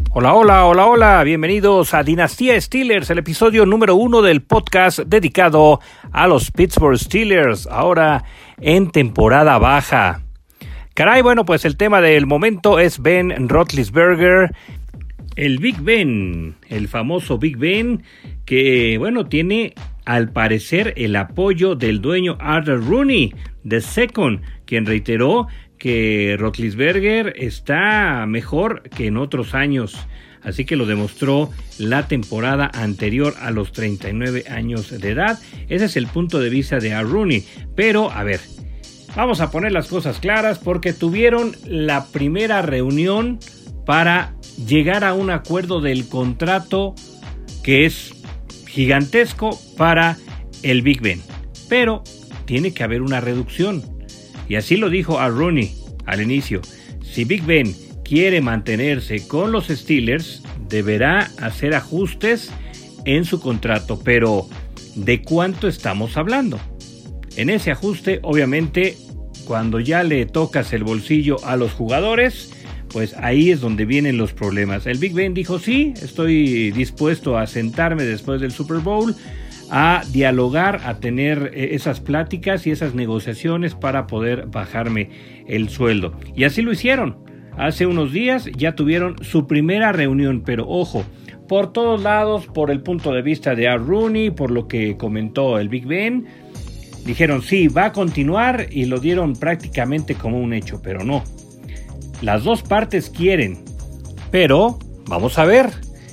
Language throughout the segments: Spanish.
Hola, hola, hola, hola, bienvenidos a Dinastía Steelers, el episodio número 1 del podcast dedicado a los Pittsburgh Steelers, ahora en temporada baja. Caray, bueno, pues el tema del momento es Ben Roethlisberger, el Big Ben, el famoso Big Ben, que, bueno, tiene al parecer el apoyo del dueño Arthur Rooney II, quien reiteró que Roethlisberger está mejor que en otros años, así que lo demostró la temporada anterior a los 39 años de edad. Ese es el punto de vista de Arthur Rooney, pero a ver, vamos a poner las cosas claras porque tuvieron la primera reunión para llegar a un acuerdo del contrato que es gigantesco para el Big Ben, pero tiene que haber una reducción. Y así lo dijo a Rooney al inicio. Si Big Ben quiere mantenerse con los Steelers, deberá hacer ajustes en su contrato. Pero, ¿de cuánto estamos hablando? En ese ajuste, obviamente, cuando ya le tocas el bolsillo a los jugadores, pues ahí es donde vienen los problemas. El Big Ben dijo, sí, estoy dispuesto a sentarme después del Super Bowl, a dialogar, a tener esas pláticas y esas negociaciones para poder bajarme el sueldo. Y así lo hicieron. Hace unos días ya tuvieron su primera reunión, pero ojo, por todos lados, por el punto de vista de Arthur Rooney, por lo que comentó el Big Ben, dijeron sí, va a continuar y lo dieron prácticamente como un hecho, pero no. Las dos partes quieren, pero vamos a ver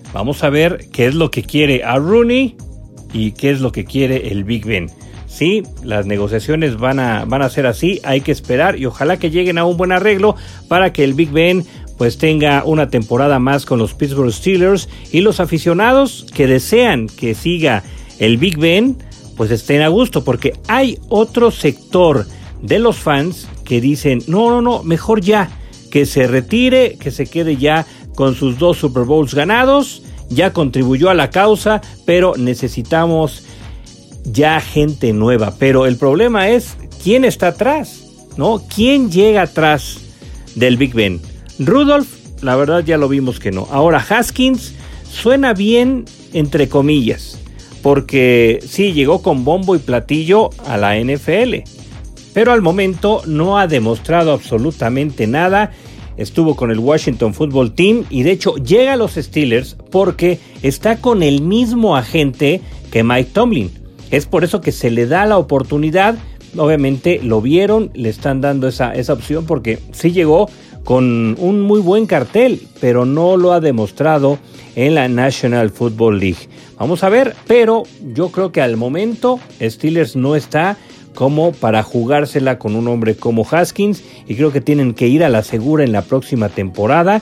qué es lo que quiere Arthur Rooney y qué es lo que quiere el Big Ben. Sí, las negociaciones van a ser así, hay que esperar y ojalá que lleguen a un buen arreglo para que el Big Ben pues tenga una temporada más con los Pittsburgh Steelers y los aficionados que desean que siga el Big Ben pues estén a gusto, porque hay otro sector de los fans que dicen no, mejor ya, que se retire, que se quede ya con sus 2 Super Bowls ganados, ya contribuyó a la causa, pero necesitamos ya gente nueva. Pero el problema es, ¿quién está atrás? ¿No? ¿Quién llega atrás del Big Ben? Rudolph, la verdad ya lo vimos que no. Ahora Haskins suena bien, entre comillas, porque sí, llegó con bombo y platillo a la NFL, pero al momento no ha demostrado absolutamente nada. Estuvo con el Washington Football Team y de hecho llega a los Steelers porque está con el mismo agente que Mike Tomlin. Es por eso que se le da la oportunidad. Obviamente lo vieron, le están dando esa opción porque sí llegó con un muy buen cartel, pero no lo ha demostrado en la National Football League. Vamos a ver, pero yo creo que al momento Steelers no está como para jugársela con un hombre como Haskins y creo que tienen que ir a la segura en la próxima temporada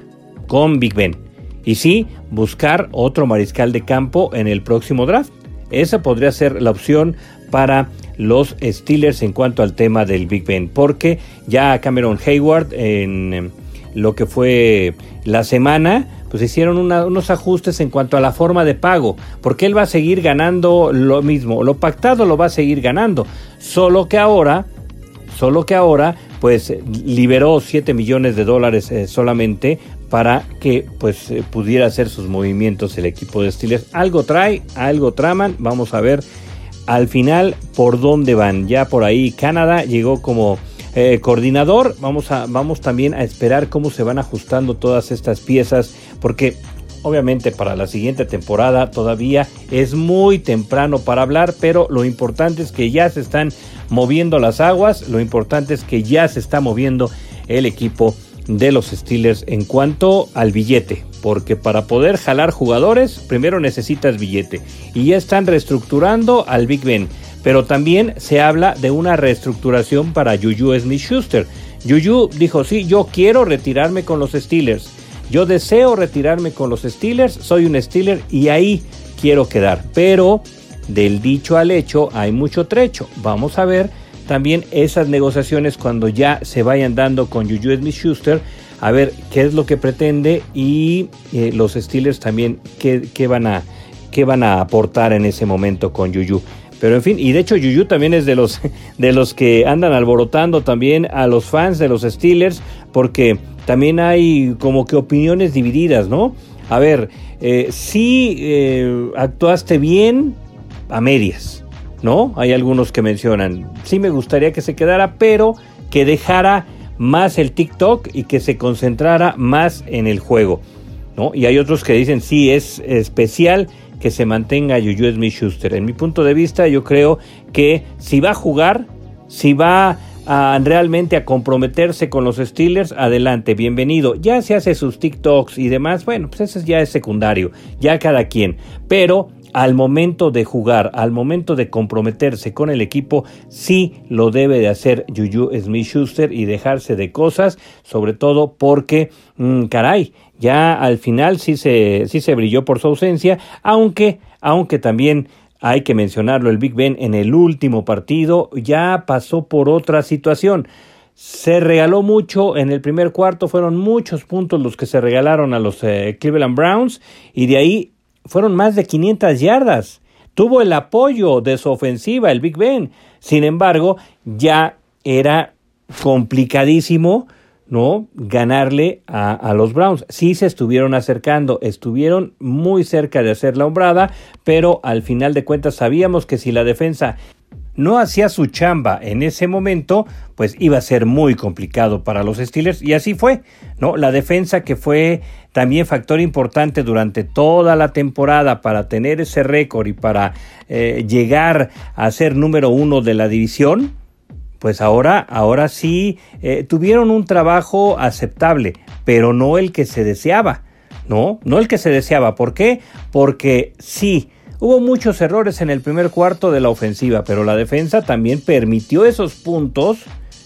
con Big Ben. Y sí, buscar otro mariscal de campo en el próximo draft. Esa podría ser la opción para los Steelers en cuanto al tema del Big Ben, porque ya Cameron Hayward en lo que fue la semana pues hicieron unos ajustes en cuanto a la forma de pago, porque él va a seguir ganando lo mismo, lo pactado lo va a seguir ganando, solo que ahora pues liberó $7 millones solamente para que pues pudiera hacer sus movimientos el equipo de Steelers. Algo traman, vamos a ver al final por dónde van. Ya por ahí Canadá llegó como coordinador. Vamos también a esperar cómo se van ajustando todas estas piezas, porque obviamente para la siguiente temporada todavía es muy temprano para hablar, pero lo importante es que ya se están moviendo las aguas, lo importante es que ya se está moviendo el equipo de los Steelers en cuanto al billete, porque para poder jalar jugadores primero necesitas billete y ya están reestructurando al Big Ben. Pero también se habla de una reestructuración para Juju Smith-Schuster. Juju dijo, sí, yo quiero retirarme con los Steelers. Yo deseo retirarme con los Steelers, soy un Steeler y ahí quiero quedar. Pero del dicho al hecho hay mucho trecho. Vamos a ver también esas negociaciones cuando ya se vayan dando con Juju Smith-Schuster, a ver qué es lo que pretende y los Steelers también qué van a aportar en ese momento con Juju. Pero en fin, y de hecho Juju también es de los que andan alborotando también a los fans de los Steelers, porque también hay como que opiniones divididas, ¿no? A ver, sí actuaste bien a medias, ¿no? Hay algunos que mencionan, sí me gustaría que se quedara, pero que dejara más el TikTok y que se concentrara más en el juego, ¿no? Y hay otros que dicen, sí, es especial que se mantenga Juju Smith-Schuster. En mi punto de vista, yo creo que si va a jugar, si va realmente a comprometerse con los Steelers, adelante, bienvenido. Ya se hace sus TikToks y demás, bueno, pues eso ya es secundario, ya cada quien. Pero al momento de jugar, al momento de comprometerse con el equipo, sí lo debe de hacer Juju Smith-Schuster y dejarse de cosas, sobre todo porque, caray, ya al final sí se brilló por su ausencia, aunque también hay que mencionarlo, el Big Ben en el último partido ya pasó por otra situación. Se regaló mucho en el primer cuarto, fueron muchos puntos los que se regalaron a los Cleveland Browns y de ahí fueron más de 500 yardas. Tuvo el apoyo de su ofensiva, el Big Ben. Sin embargo, ya era complicadísimo, ¿no?, ganarle a los Browns. Sí se estuvieron acercando, estuvieron muy cerca de hacer la hombrada, pero al final de cuentas sabíamos que si la defensa no hacía su chamba en ese momento, pues iba a ser muy complicado para los Steelers, y así fue, ¿no? La defensa, que fue también factor importante durante toda la temporada para tener ese récord y para llegar a ser número 1 de la división, pues ahora sí tuvieron un trabajo aceptable, pero no el que se deseaba, no el que se deseaba. ¿Por qué? Porque sí, hubo muchos errores en el primer cuarto de la ofensiva, pero la defensa también permitió esos puntos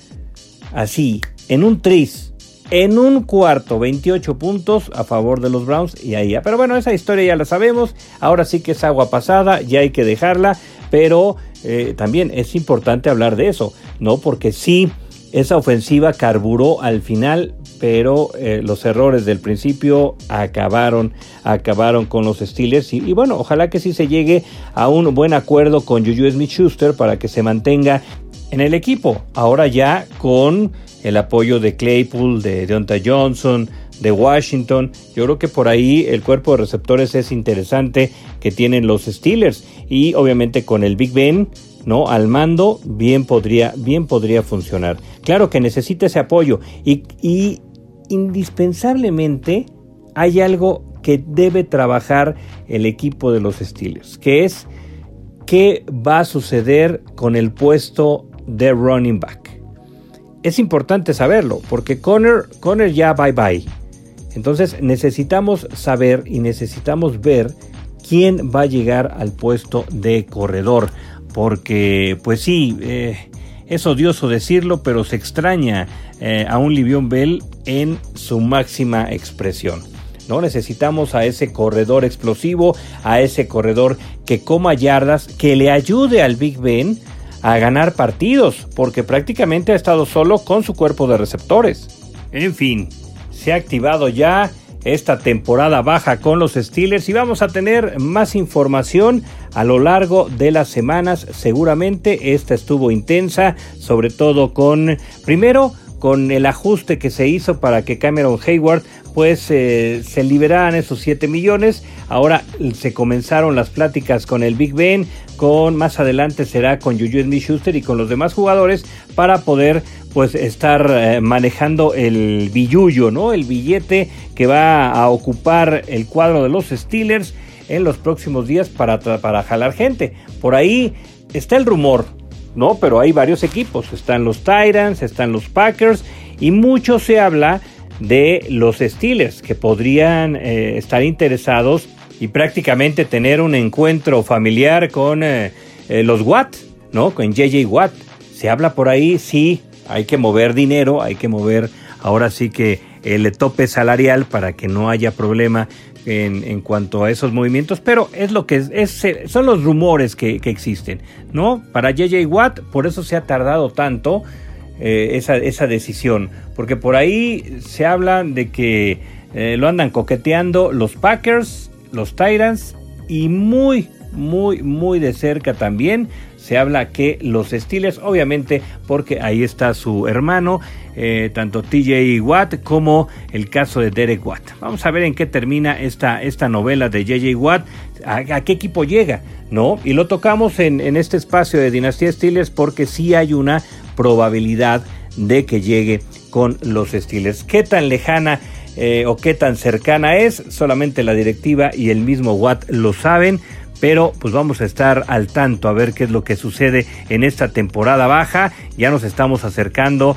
así, en un tris. En un cuarto, 28 puntos a favor de los Browns y ahí ya. Pero bueno, esa historia ya la sabemos. Ahora sí que es agua pasada, ya hay que dejarla. Pero también es importante hablar de eso, ¿no? Porque sí, esa ofensiva carburó al final, pero los errores del principio acabaron con los Steelers. Y bueno, ojalá que sí se llegue a un buen acuerdo con Juju Smith-Schuster para que se mantenga en el equipo. Ahora ya con el apoyo de Claypool, de Deontay Johnson, de Washington. Yo creo que por ahí el cuerpo de receptores es interesante que tienen los Steelers. Y obviamente con el Big Ben, ¿no?, al mando, bien podría funcionar. Claro que necesita ese apoyo. Y indispensablemente hay algo que debe trabajar el equipo de los Steelers, que es qué va a suceder con el puesto de running back. Es importante saberlo, porque Conner ya bye. Entonces necesitamos saber y necesitamos ver quién va a llegar al puesto de corredor, porque pues sí, es odioso decirlo, pero se extraña a un Le'Veon Bell en su máxima expresión, ¿no? Necesitamos a ese corredor explosivo, a ese corredor que coma yardas, que le ayude al Big Ben a ganar partidos, porque prácticamente ha estado solo con su cuerpo de receptores. En fin, se ha activado ya esta temporada baja con los Steelers y vamos a tener más información a lo largo de las semanas. Seguramente esta estuvo intensa, sobre todo con el ajuste que se hizo para que Cameron Hayward pues se liberaran esos 7 millones. Ahora se comenzaron las pláticas con el Big Ben, más adelante será con Juju Smith-Schuster y con los demás jugadores para poder pues estar manejando el billullo, ¿no? El billete que va a ocupar el cuadro de los Steelers en los próximos días para jalar gente. Por ahí está el rumor, ¿no? Pero hay varios equipos, están los Titans, están los Packers y mucho se habla de los Steelers que podrían estar interesados y prácticamente tener un encuentro familiar con los Watt, ¿no? Con J.J. Watt. Se habla por ahí, sí, hay que mover dinero, hay que mover ahora sí que el tope salarial para que no haya problema en cuanto a esos movimientos, pero es lo que son los rumores que existen, ¿no? Para J.J. Watt, por eso se ha tardado tanto esa decisión, porque por ahí se habla de que lo andan coqueteando los Packers, los Titans y muy, muy de cerca también. Se habla que los Steelers, obviamente porque ahí está su hermano, tanto TJ Watt como el caso de Derek Watt. Vamos a ver en qué termina esta novela de JJ Watt, a qué equipo llega, ¿no? Y lo tocamos en este espacio de Dinastía Steelers porque sí hay una probabilidad de que llegue con los Steelers. ¿Qué tan lejana o qué tan cercana es? Solamente la directiva y el mismo Watt lo saben. Pero pues vamos a estar al tanto a ver qué es lo que sucede en esta temporada baja. Ya nos estamos acercando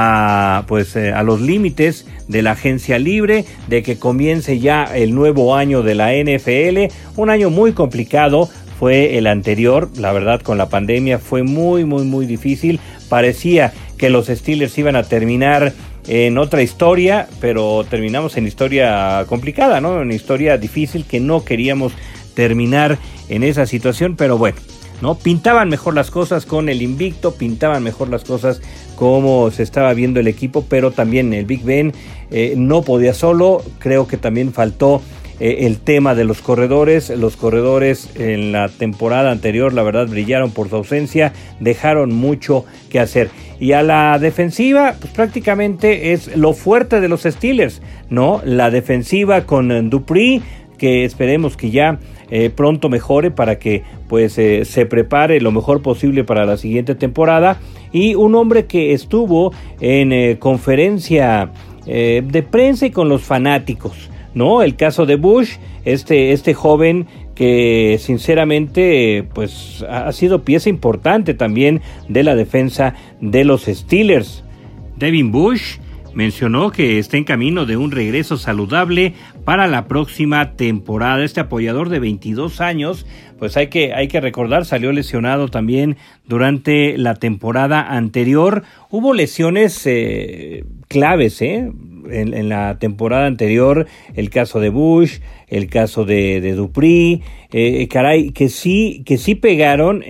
a los límites de la agencia libre, de que comience ya el nuevo año de la NFL. Un año muy complicado fue el anterior, la verdad, con la pandemia fue muy difícil. Parecía que los Steelers iban a terminar en otra historia, pero terminamos en historia complicada, ¿no? En historia difícil que no queríamos terminar en esa situación, pero bueno, ¿no? Pintaban mejor las cosas con el invicto, pintaban mejor las cosas como se estaba viendo el equipo, pero también el Big Ben no podía solo. Creo que también faltó el tema de los corredores. Los corredores en la temporada anterior, la verdad, brillaron por su ausencia, dejaron mucho que hacer. Y a la defensiva, pues prácticamente es lo fuerte de los Steelers, ¿no? La defensiva con Dupree, que esperemos que ya pronto mejore para que pues se prepare lo mejor posible para la siguiente temporada. Y un hombre que estuvo en conferencia de prensa y con los fanáticos, ¿no? El caso de Bush, este joven que sinceramente pues ha sido pieza importante también de la defensa de los Steelers. Devin Bush mencionó que está en camino de un regreso saludable para la próxima temporada. Este apoyador de 22 años, pues hay que recordar, salió lesionado también durante la temporada anterior. Hubo lesiones claves, en la temporada anterior, el caso de Bush, el caso de Dupree, que sí pegaron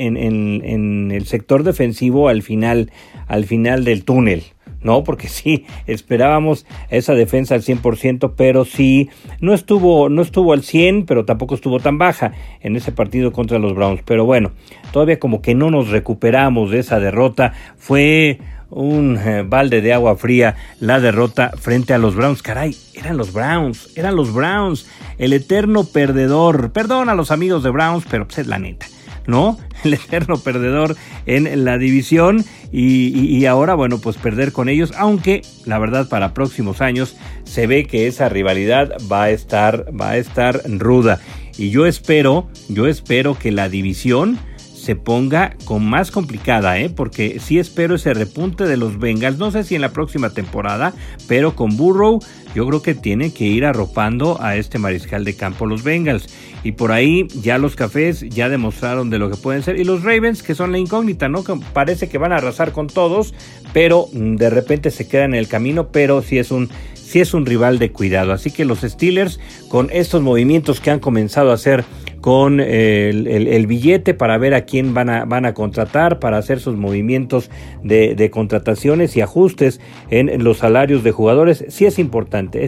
en el sector defensivo al final del túnel. No, porque sí, esperábamos esa defensa al 100%, pero sí, no estuvo al 100, pero tampoco estuvo tan baja en ese partido contra los Browns. Pero bueno, todavía como que no nos recuperamos de esa derrota. Fue un balde de agua fría la derrota frente a los Browns. Caray, eran los Browns, el eterno perdedor. Perdón a los amigos de Browns, pero pues es la neta, ¿no? El eterno perdedor en la división y ahora, bueno, pues perder con ellos, aunque la verdad para próximos años se ve que esa rivalidad va a estar ruda, y yo espero que la división se ponga con más complicada, porque sí espero ese repunte de los Bengals. No sé si en la próxima temporada, pero con Burrow yo creo que tienen que ir arropando a este mariscal de campo los Bengals. Y por ahí ya los Cafés ya demostraron de lo que pueden ser. Y los Ravens, que son la incógnita, ¿no? Que parece que van a arrasar con todos, pero de repente se quedan en el camino, pero sí es un rival de cuidado. Así que los Steelers, con estos movimientos que han comenzado a hacer con el billete para ver a quién van a contratar, para hacer sus movimientos de contrataciones y ajustes en los salarios de jugadores, sí es importante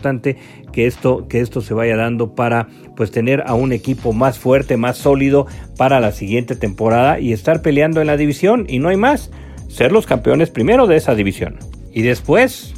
que esto se vaya dando para pues tener a un equipo más fuerte, más sólido para la siguiente temporada y estar peleando en la división, y no hay más, ser los campeones primero de esa división y después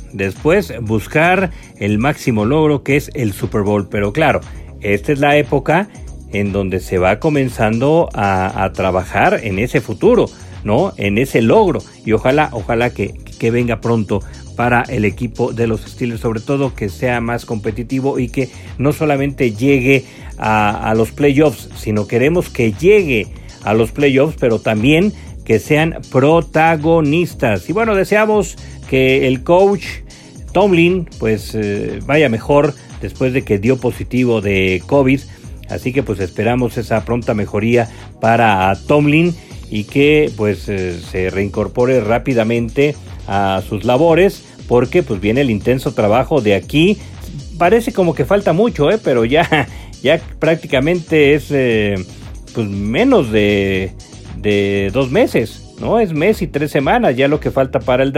buscar el máximo logro, que es el Super Bowl. Pero claro, esta es la época en donde se va comenzando a trabajar en ese futuro, ¿no? En ese logro, y ojalá que venga pronto para el equipo de los Steelers, sobre todo que sea más competitivo y que no solamente llegue a los playoffs, sino queremos que llegue a los playoffs, pero también que sean protagonistas. Y bueno, deseamos que el coach Tomlin pues vaya mejor después de que dio positivo de COVID. Así que pues esperamos esa pronta mejoría para Tomlin y que pues se reincorpore rápidamente a sus labores, porque pues viene el intenso trabajo de aquí. Parece como que falta mucho, pero ya prácticamente es pues menos de 2 meses, ¿no? Es mes y 3 semanas ya lo que falta para el draft.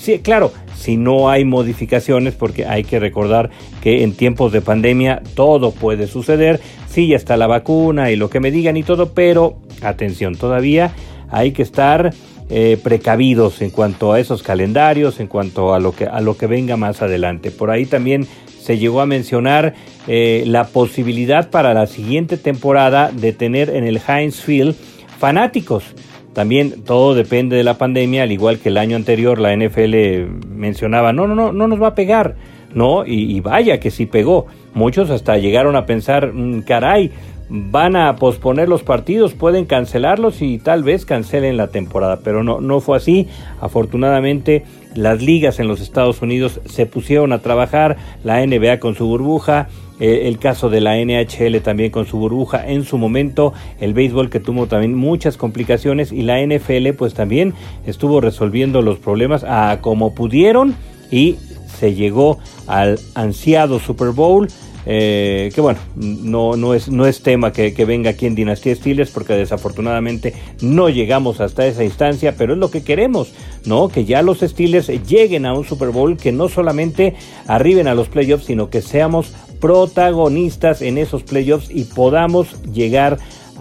Sí, claro, si no hay modificaciones, porque hay que recordar que en tiempos de pandemia todo puede suceder. Sí, ya está la vacuna y lo que me digan y todo, pero atención, todavía hay que estar precavidos en cuanto a esos calendarios, en cuanto a lo que venga más adelante. Por ahí también se llegó a mencionar la posibilidad para la siguiente temporada de tener en el Heinz Field fanáticos. También todo depende de la pandemia, al igual que el año anterior la NFL mencionaba, no nos va a pegar, ¿no? Y vaya que sí pegó. Muchos hasta llegaron a pensar, caray, van a posponer los partidos, pueden cancelarlos y tal vez cancelen la temporada, pero no fue así. Afortunadamente las ligas en los Estados Unidos se pusieron a trabajar, la NBA con su burbuja, el caso de la NHL también con su burbuja en su momento, el béisbol que tuvo también muchas complicaciones y la NFL pues también estuvo resolviendo los problemas a como pudieron y se llegó al ansiado Super Bowl. Que bueno, no es tema que venga aquí en Dinastía Steelers, porque desafortunadamente no llegamos hasta esa instancia, pero es lo que queremos, ¿no? Que ya los Steelers lleguen a un Super Bowl, que no solamente arriben a los playoffs, sino que seamos protagonistas en esos playoffs y podamos llegar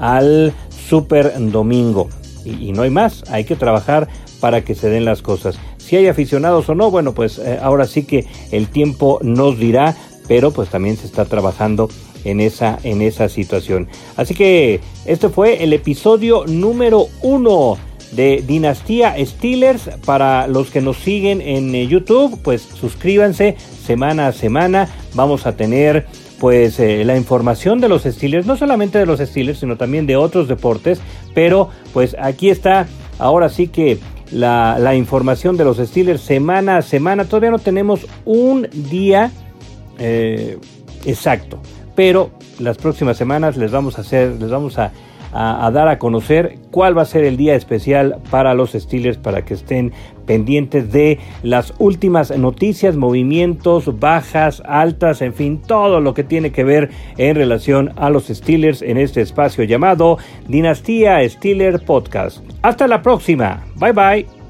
al Super Domingo. Y no hay más, hay que trabajar para que se den las cosas. Si hay aficionados o no, bueno, pues ahora sí que el tiempo nos dirá, pero pues también se está trabajando en esa situación. Así que este fue el episodio número 1 de Dinastía Steelers. Para los que nos siguen en YouTube, pues suscríbanse semana a semana. Vamos a tener pues la información de los Steelers, no solamente de los Steelers, sino también de otros deportes, pero pues aquí está ahora sí que la información de los Steelers semana a semana. Todavía no tenemos un día exacto, pero las próximas semanas les vamos a dar a conocer cuál va a ser el día especial para los Steelers, para que estén pendientes de las últimas noticias, movimientos, bajas, altas, en fin, todo lo que tiene que ver en relación a los Steelers en este espacio llamado Dinastía Steeler Podcast. Hasta la próxima, bye bye.